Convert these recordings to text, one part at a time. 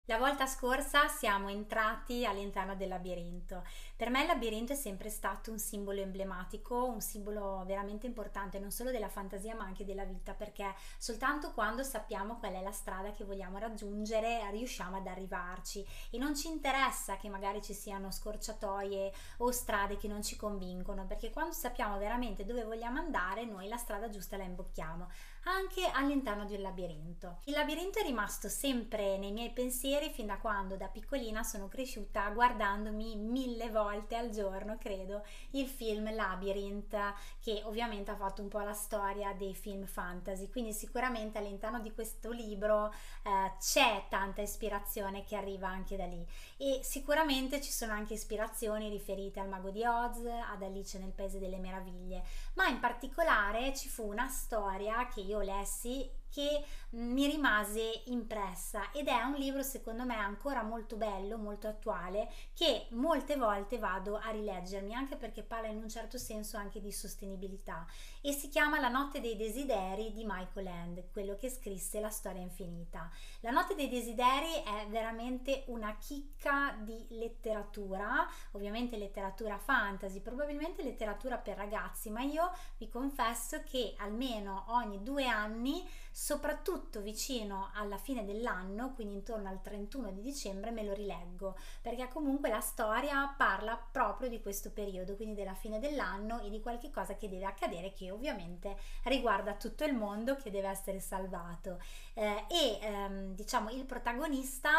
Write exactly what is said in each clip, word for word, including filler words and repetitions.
La volta scorsa siamo entrati all'interno del labirinto. Per me il labirinto è sempre stato un simbolo emblematico, un simbolo veramente importante non solo della fantasia ma anche della vita, perché soltanto quando sappiamo qual è la strada che vogliamo raggiungere riusciamo ad arrivarci e non ci interessa che magari ci siano scorciatoie o strade che non ci convincono, perché quando sappiamo veramente dove vogliamo andare noi la strada giusta la imbocchiamo, anche all'interno di un labirinto. Il labirinto è rimasto sempre nei miei pensieri fin da quando da piccolina sono cresciuta guardandomi mille volte al giorno, credo, il film Labyrinth, che ovviamente ha fatto un po' la storia dei film fantasy, quindi sicuramente all'interno di questo libro eh, c'è tanta ispirazione che arriva anche da lì e sicuramente ci sono anche ispirazioni riferite al Mago di Oz, ad Alice nel Paese delle Meraviglie, ma in particolare ci fu una storia che io lessi che mi rimase impressa ed è un libro secondo me ancora molto bello, molto attuale, che molte volte vado a rileggermi anche perché parla in un certo senso anche di sostenibilità e si chiama La notte dei desideri di Michael Ende, quello che scrisse La storia infinita. La notte dei desideri è veramente una chicca di letteratura, ovviamente letteratura fantasy, probabilmente letteratura per ragazzi, ma io vi confesso che almeno ogni due anni, soprattutto vicino alla fine dell'anno, quindi intorno al trentuno di dicembre, me lo rileggo, perché comunque la storia parla proprio di questo periodo, quindi della fine dell'anno e di qualche cosa che deve accadere, che ovviamente riguarda tutto il mondo, che deve essere salvato. Eh, e ehm, diciamo il protagonista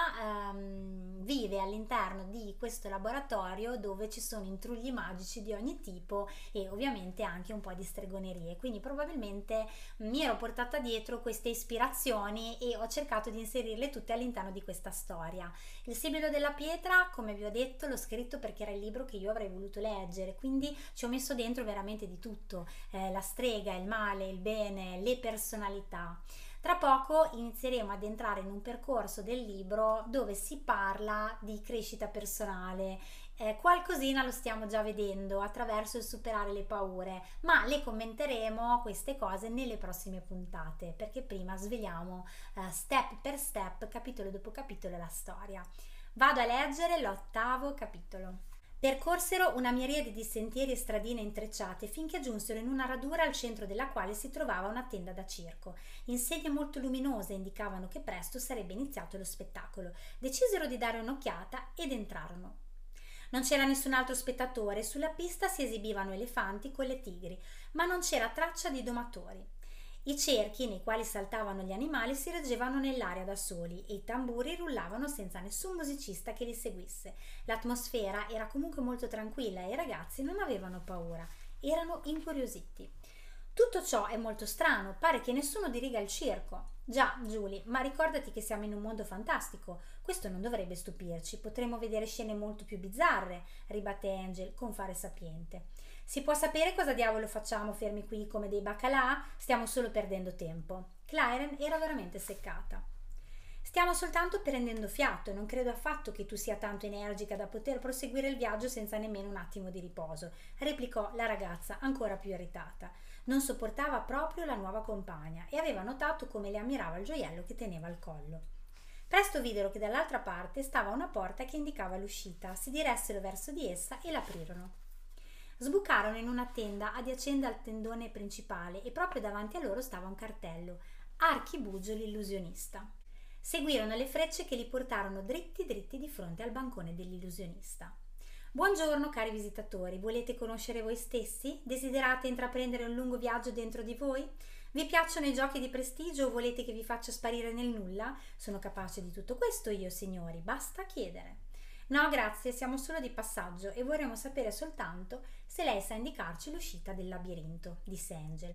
ehm, vive all'interno di questo laboratorio dove ci sono intrugli magici di ogni tipo e ovviamente anche un po' di stregonerie, quindi probabilmente mi ero portata dietro queste ispirazioni e ho cercato di inserirle tutte all'interno di questa storia. Il Sibilo della pietra, come vi ho detto, l'ho scritto perché era il libro che io avrei voluto leggere, quindi ci ho messo dentro veramente di tutto, eh, la strega, il male, il bene, le personalità. Tra poco inizieremo ad entrare in un percorso del libro dove si parla di crescita personale. Eh, qualcosina lo stiamo già vedendo attraverso il superare le paure, ma le commenteremo queste cose nelle prossime puntate, perché prima svegliamo eh, step per step, capitolo dopo capitolo la storia. Vado a leggere l'ottavo capitolo. Percorsero una miriade di sentieri e stradine intrecciate finché giunsero in una radura al centro della quale si trovava una tenda da circo. Insegne molto luminose indicavano che presto sarebbe iniziato lo spettacolo. Decisero di dare un'occhiata ed entrarono. Non c'era nessun altro spettatore, sulla pista si esibivano elefanti con le tigri, ma non c'era traccia di domatori. I cerchi nei quali saltavano gli animali si reggevano nell'aria da soli e i tamburi rullavano senza nessun musicista che li seguisse. L'atmosfera era comunque molto tranquilla e i ragazzi non avevano paura, erano incuriositi. Tutto ciò è molto strano, pare che nessuno diriga il circo. Già, Julie, ma ricordati che siamo in un mondo fantastico. Questo non dovrebbe stupirci, potremmo vedere scene molto più bizzarre, ribatte Angel con fare sapiente. Si può sapere cosa diavolo facciamo fermi qui come dei baccalà? Stiamo solo perdendo tempo. Claren era veramente seccata. Stiamo soltanto prendendo fiato e non credo affatto che tu sia tanto energica da poter proseguire il viaggio senza nemmeno un attimo di riposo, replicò la ragazza ancora più irritata. Non sopportava proprio la nuova compagna e aveva notato come le ammirava il gioiello che teneva al collo. Presto videro che dall'altra parte stava una porta che indicava l'uscita, si diressero verso di essa e l'aprirono. Sbucarono in una tenda adiacente al tendone principale e proprio davanti a loro stava un cartello: Archibugio l'illusionista. Seguirono le frecce che li portarono dritti dritti di fronte al bancone dell'illusionista. Buongiorno cari visitatori, volete conoscere voi stessi? Desiderate intraprendere un lungo viaggio dentro di voi? Vi piacciono i giochi di prestigio o volete che vi faccia sparire nel nulla? Sono capace di tutto questo io, signori, basta chiedere. No, grazie, siamo solo di passaggio e vorremmo sapere soltanto se lei sa indicarci l'uscita del labirinto, disse Angel.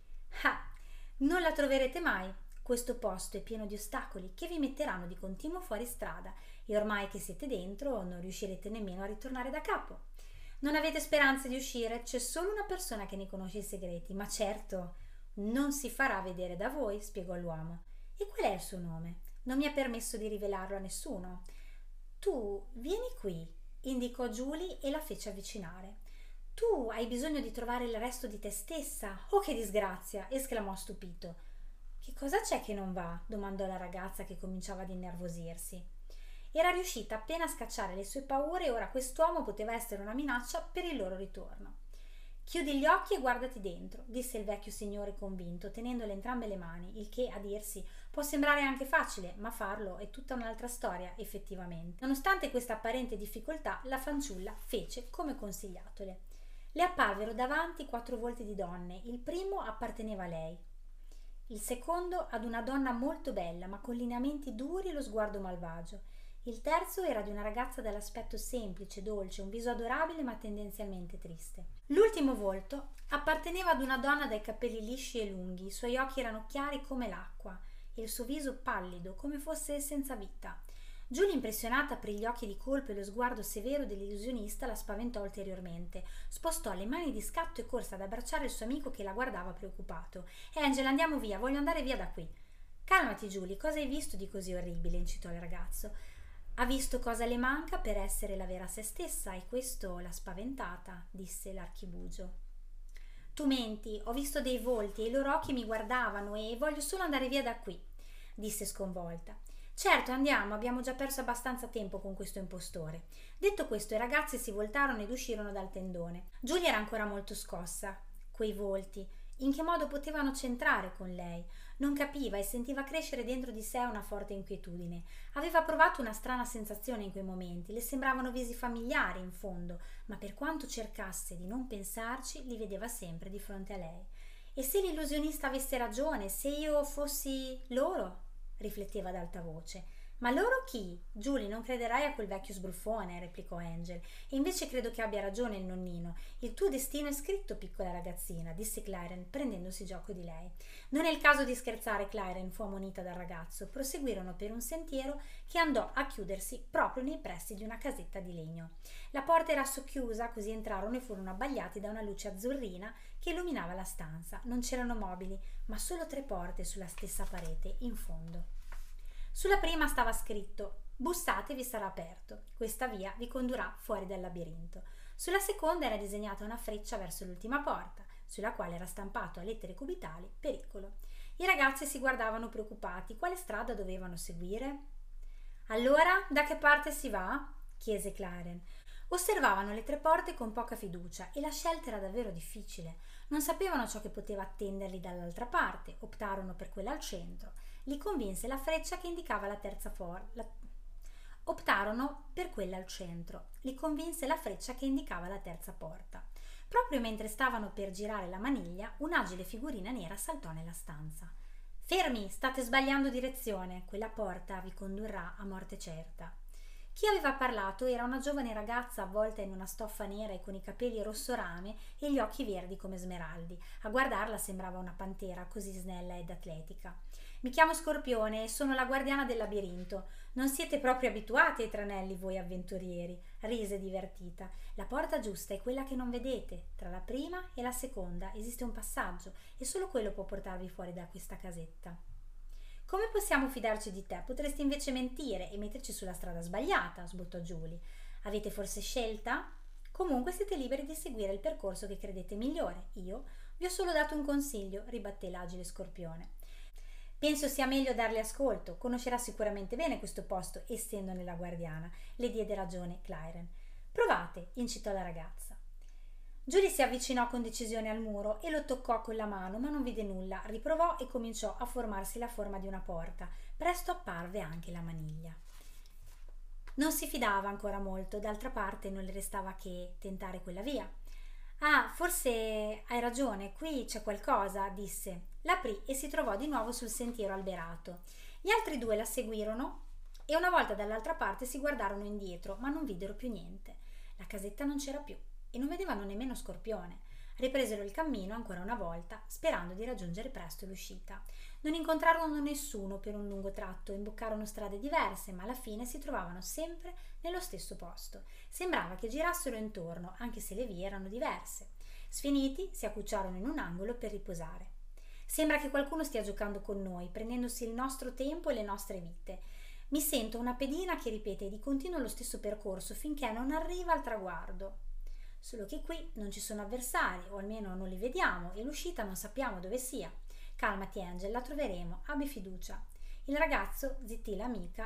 Ah, non la troverete mai. Questo posto è pieno di ostacoli che vi metteranno di continuo fuori strada e ormai che siete dentro non riuscirete nemmeno a ritornare da capo. Non avete speranze di uscire? C'è solo una persona che ne conosce i segreti, ma certo non si farà vedere da voi, spiegò l'uomo. E qual è il suo nome? Non mi ha permesso di rivelarlo a nessuno. Tu vieni qui, indicò Julie e la fece avvicinare. Tu hai bisogno di trovare il resto di te stessa. Oh, che disgrazia! Esclamò stupito. Che cosa c'è che non va? Domandò la ragazza che cominciava ad innervosirsi. Era riuscita appena a scacciare le sue paure e ora quest'uomo poteva essere una minaccia per il loro ritorno. «Chiudi gli occhi e guardati dentro», disse il vecchio signore convinto, tenendole entrambe le mani, il che, a dirsi, può sembrare anche facile, ma farlo è tutta un'altra storia, effettivamente. Nonostante questa apparente difficoltà, la fanciulla fece come consigliatole. Le apparvero davanti quattro volti di donne. Il primo apparteneva a lei, il secondo ad una donna molto bella, ma con lineamenti duri e lo sguardo malvagio. Il terzo era di una ragazza dall'aspetto semplice, dolce, un viso adorabile ma tendenzialmente triste. L'ultimo volto apparteneva ad una donna dai capelli lisci e lunghi, i suoi occhi erano chiari come l'acqua e il suo viso pallido, come fosse senza vita. Julie, impressionata per gli occhi di colpo e lo sguardo severo dell'illusionista, la spaventò ulteriormente. Spostò le mani di scatto e corse ad abbracciare il suo amico che la guardava preoccupato. «Angel, andiamo via, voglio andare via da qui». «Calmati, Julie, cosa hai visto di così orribile?» incitò il ragazzo. «Ha visto cosa le manca per essere la vera se stessa e questo l'ha spaventata», disse l'archibugio. «Tu menti, ho visto dei volti e i loro occhi mi guardavano e voglio solo andare via da qui», disse sconvolta. «Certo, andiamo, abbiamo già perso abbastanza tempo con questo impostore». Detto questo, i ragazzi si voltarono ed uscirono dal tendone. Giulia era ancora molto scossa. Quei volti, in che modo potevano c'entrare con lei? Non capiva e sentiva crescere dentro di sé una forte inquietudine. Aveva provato una strana sensazione in quei momenti, le sembravano visi familiari in fondo, ma per quanto cercasse di non pensarci, li vedeva sempre di fronte a lei. «E se l'illusionista avesse ragione, se io fossi loro?» rifletteva ad alta voce. «Ma loro chi? Julie, non crederai a quel vecchio sbruffone», replicò Angel. «E invece credo che abbia ragione il nonnino. Il tuo destino è scritto, piccola ragazzina», disse Claren, prendendosi gioco di lei. «Non è il caso di scherzare, Claren», fu ammonita dal ragazzo. Proseguirono per un sentiero che andò a chiudersi proprio nei pressi di una casetta di legno. La porta era socchiusa, così entrarono e furono abbagliati da una luce azzurrina che illuminava la stanza. Non c'erano mobili, ma solo tre porte sulla stessa parete, in fondo. Sulla prima stava scritto: «Bussate, vi sarà aperto. Questa via vi condurrà fuori dal labirinto». Sulla seconda era disegnata una freccia verso l'ultima porta, sulla quale era stampato a lettere cubitali: «Pericolo». I ragazzi si guardavano preoccupati. Quale strada dovevano seguire? «Allora, da che parte si va?» chiese Claren. Osservavano le tre porte con poca fiducia e la scelta era davvero difficile. Non sapevano ciò che poteva attenderli dall'altra parte. Optarono per quella al centro. Li convinse la freccia che indicava la terza porta. Optarono per quella al centro. Li convinse la freccia che indicava la terza porta. Proprio mentre stavano per girare la maniglia, un'agile figurina nera saltò nella stanza. «Fermi, state sbagliando direzione. Quella porta vi condurrà a morte certa». Chi aveva parlato era una giovane ragazza avvolta in una stoffa nera e con i capelli rosso rame e gli occhi verdi come smeraldi. A guardarla sembrava una pantera, così snella ed atletica. «Mi chiamo Scorpione e sono la guardiana del labirinto. Non siete proprio abituati ai tranelli voi avventurieri», rise divertita. «La porta giusta è quella che non vedete. Tra la prima e la seconda esiste un passaggio e solo quello può portarvi fuori da questa casetta». «Come possiamo fidarci di te? Potresti invece mentire e metterci sulla strada sbagliata», sbottò Julie. «Avete forse scelta? Comunque siete liberi di seguire il percorso che credete migliore. Io vi ho solo dato un consiglio», ribatté l'agile Scorpione. «Penso sia meglio darle ascolto. Conoscerà sicuramente bene questo posto, essendone la guardiana», le diede ragione Claren. «Provate», incitò la ragazza. Julie si avvicinò con decisione al muro e lo toccò con la mano, ma non vide nulla. Riprovò e cominciò a formarsi la forma di una porta. Presto apparve anche la maniglia. Non si fidava ancora molto, d'altra parte non le restava che tentare quella via. «Ah, forse hai ragione, qui c'è qualcosa», disse. L'aprì e si trovò di nuovo sul sentiero alberato. Gli altri due la seguirono e una volta dall'altra parte si guardarono indietro, ma non videro più niente. La casetta non c'era più e non vedevano nemmeno Scorpione. Ripresero il cammino ancora una volta, sperando di raggiungere presto l'uscita. Non incontrarono nessuno per un lungo tratto, imboccarono strade diverse, ma alla fine si trovavano sempre nello stesso posto. Sembrava che girassero intorno, anche se le vie erano diverse. Sfiniti, si accucciarono in un angolo per riposare. «Sembra che qualcuno stia giocando con noi, prendendosi il nostro tempo e le nostre vite. Mi sento una pedina che ripete di continuo lo stesso percorso finché non arriva al traguardo. Solo che qui non ci sono avversari, o almeno non li vediamo, e l'uscita non sappiamo dove sia. Calmati, Angel, la troveremo, abbi fiducia». Il ragazzo zittì l'amica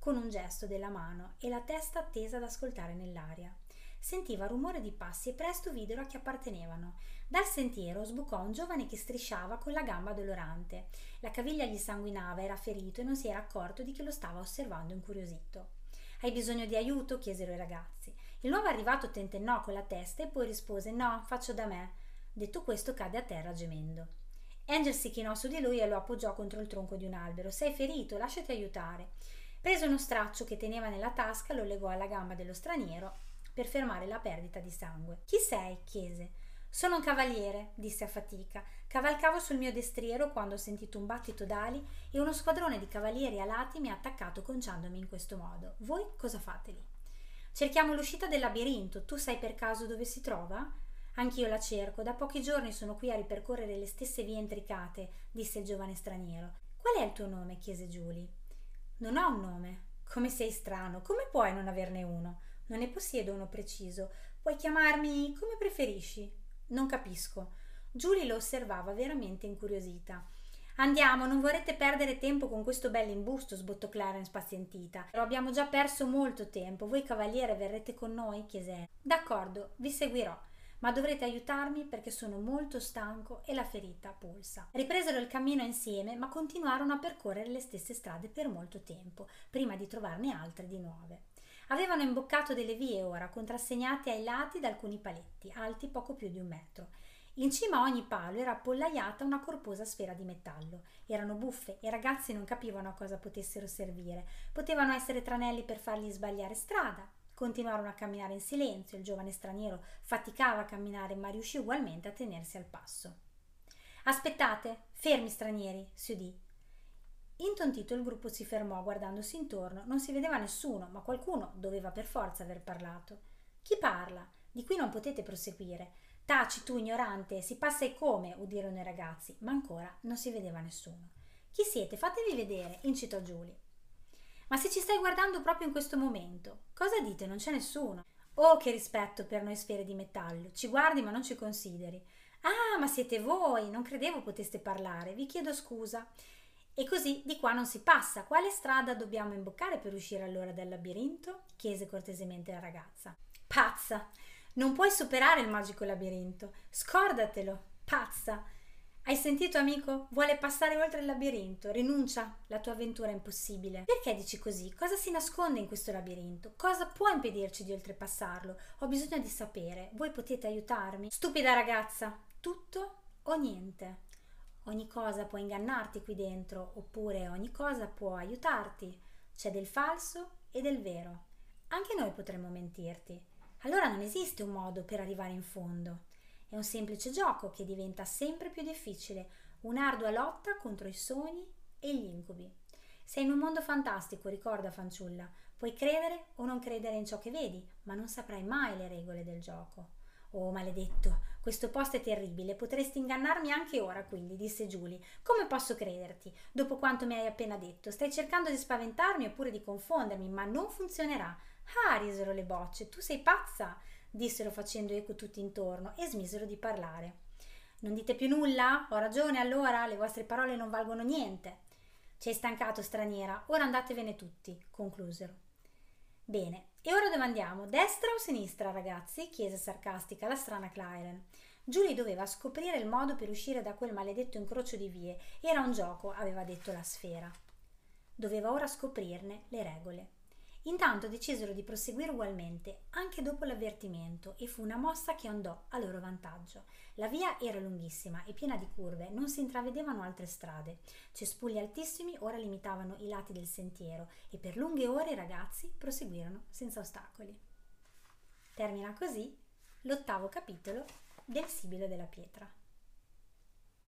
con un gesto della mano e la testa tesa ad ascoltare nell'aria. Sentiva rumore di passi e presto videro a chi appartenevano. Dal sentiero sbucò un giovane che strisciava con la gamba dolorante. La caviglia gli sanguinava, era ferito e non si era accorto di chi lo stava osservando incuriosito. «Hai bisogno di aiuto?» chiesero i ragazzi. Il nuovo arrivato tentennò con la testa e poi rispose «No, faccio da me». Detto questo cadde a terra gemendo. Angel si chinò su di lui e lo appoggiò contro il tronco di un albero. «Sei ferito, lasciati aiutare». Prese uno straccio che teneva nella tasca, lo legò alla gamba dello straniero per fermare la perdita di sangue. «Chi sei?» chiese. «Sono un cavaliere», disse a fatica. «Cavalcavo sul mio destriero quando ho sentito un battito d'ali e uno squadrone di cavalieri alati mi ha attaccato conciandomi in questo modo. Voi cosa fate lì?» «Cerchiamo l'uscita del labirinto. Tu sai per caso dove si trova?» «Anch'io la cerco. Da pochi giorni sono qui a ripercorrere le stesse vie intricate», disse il giovane straniero. «Qual è il tuo nome?» chiese Julie. «Non ho un nome». «Come sei strano. Come puoi non averne uno?» «Non ne possiedo uno preciso. Puoi chiamarmi come preferisci». «Non capisco». Julie lo osservava veramente incuriosita. «Andiamo, non vorrete perdere tempo con questo bell'imbusto», sbottò Clarence spazientita. «Lo abbiamo già perso molto tempo. Voi cavaliere verrete con noi?» chiese. «D'accordo, vi seguirò, ma dovrete aiutarmi perché sono molto stanco e la ferita pulsa». Ripresero il cammino insieme, ma continuarono a percorrere le stesse strade per molto tempo, prima di trovarne altre di nuove. Avevano imboccato delle vie ora, contrassegnate ai lati da alcuni paletti, alti poco più di un metro. In cima a ogni palo era appollaiata una corposa sfera di metallo. Erano buffe e i ragazzi non capivano a cosa potessero servire. Potevano essere tranelli per fargli sbagliare strada. Continuarono a camminare in silenzio. Il giovane straniero faticava a camminare, ma riuscì ugualmente a tenersi al passo. «Aspettate, fermi stranieri», si udì. Intontito il gruppo si fermò guardandosi intorno. Non si vedeva nessuno, ma qualcuno doveva per forza aver parlato. «Chi parla? Di qui non potete proseguire». «Taci tu, ignorante, si passa e come», udirono i ragazzi, ma ancora non si vedeva nessuno. «Chi siete? Fatevi vedere», incitò Julie. «Ma se ci stai guardando proprio in questo momento, cosa dite? Non c'è nessuno». «Oh, che rispetto per noi sfere di metallo, ci guardi ma non ci consideri». «Ah, ma siete voi, non credevo poteste parlare, vi chiedo scusa». «E così di qua non si passa. Quale strada dobbiamo imboccare per uscire allora dal labirinto?» chiese cortesemente la ragazza. «Pazza! Non puoi superare il magico labirinto. Scordatelo, pazza! Hai sentito, amico? Vuole passare oltre il labirinto. Rinuncia, la tua avventura è impossibile». «Perché dici così? Cosa si nasconde in questo labirinto? Cosa può impedirci di oltrepassarlo? Ho bisogno di sapere. Voi potete aiutarmi?» «Stupida ragazza, tutto o niente. Ogni cosa può ingannarti qui dentro, oppure ogni cosa può aiutarti. C'è del falso e del vero. Anche noi potremmo mentirti. Allora non esiste un modo per arrivare in fondo. È un semplice gioco che diventa sempre più difficile, un'ardua lotta contro i sogni e gli incubi. Sei in un mondo fantastico, ricorda, fanciulla. Puoi credere o non credere in ciò che vedi, ma non saprai mai le regole del gioco». «Oh, maledetto, questo posto è terribile, potresti ingannarmi anche ora, quindi», disse Julie. «Come posso crederti, dopo quanto mi hai appena detto? Stai cercando di spaventarmi oppure di confondermi, ma non funzionerà». «Ah», risero le bocce, «tu sei pazza», dissero facendo eco tutti intorno e smisero di parlare. «Non dite più nulla? Ho ragione allora? Le vostre parole non valgono niente». «Ci hai stancato, straniera, ora andatevene tutti», conclusero. «Bene, e ora dove andiamo? Destra o sinistra, ragazzi?» chiese sarcastica la strana Claren. Julie doveva scoprire il modo per uscire da quel maledetto incrocio di vie. Era un gioco, aveva detto la sfera. Doveva ora scoprirne le regole. Intanto decisero di proseguire ugualmente, anche dopo l'avvertimento, e fu una mossa che andò a loro vantaggio. La via era lunghissima e piena di curve, non si intravedevano altre strade. Cespugli altissimi ora limitavano i lati del sentiero e per lunghe ore i ragazzi proseguirono senza ostacoli. Termina così l'ottavo capitolo del Sibilo della Pietra.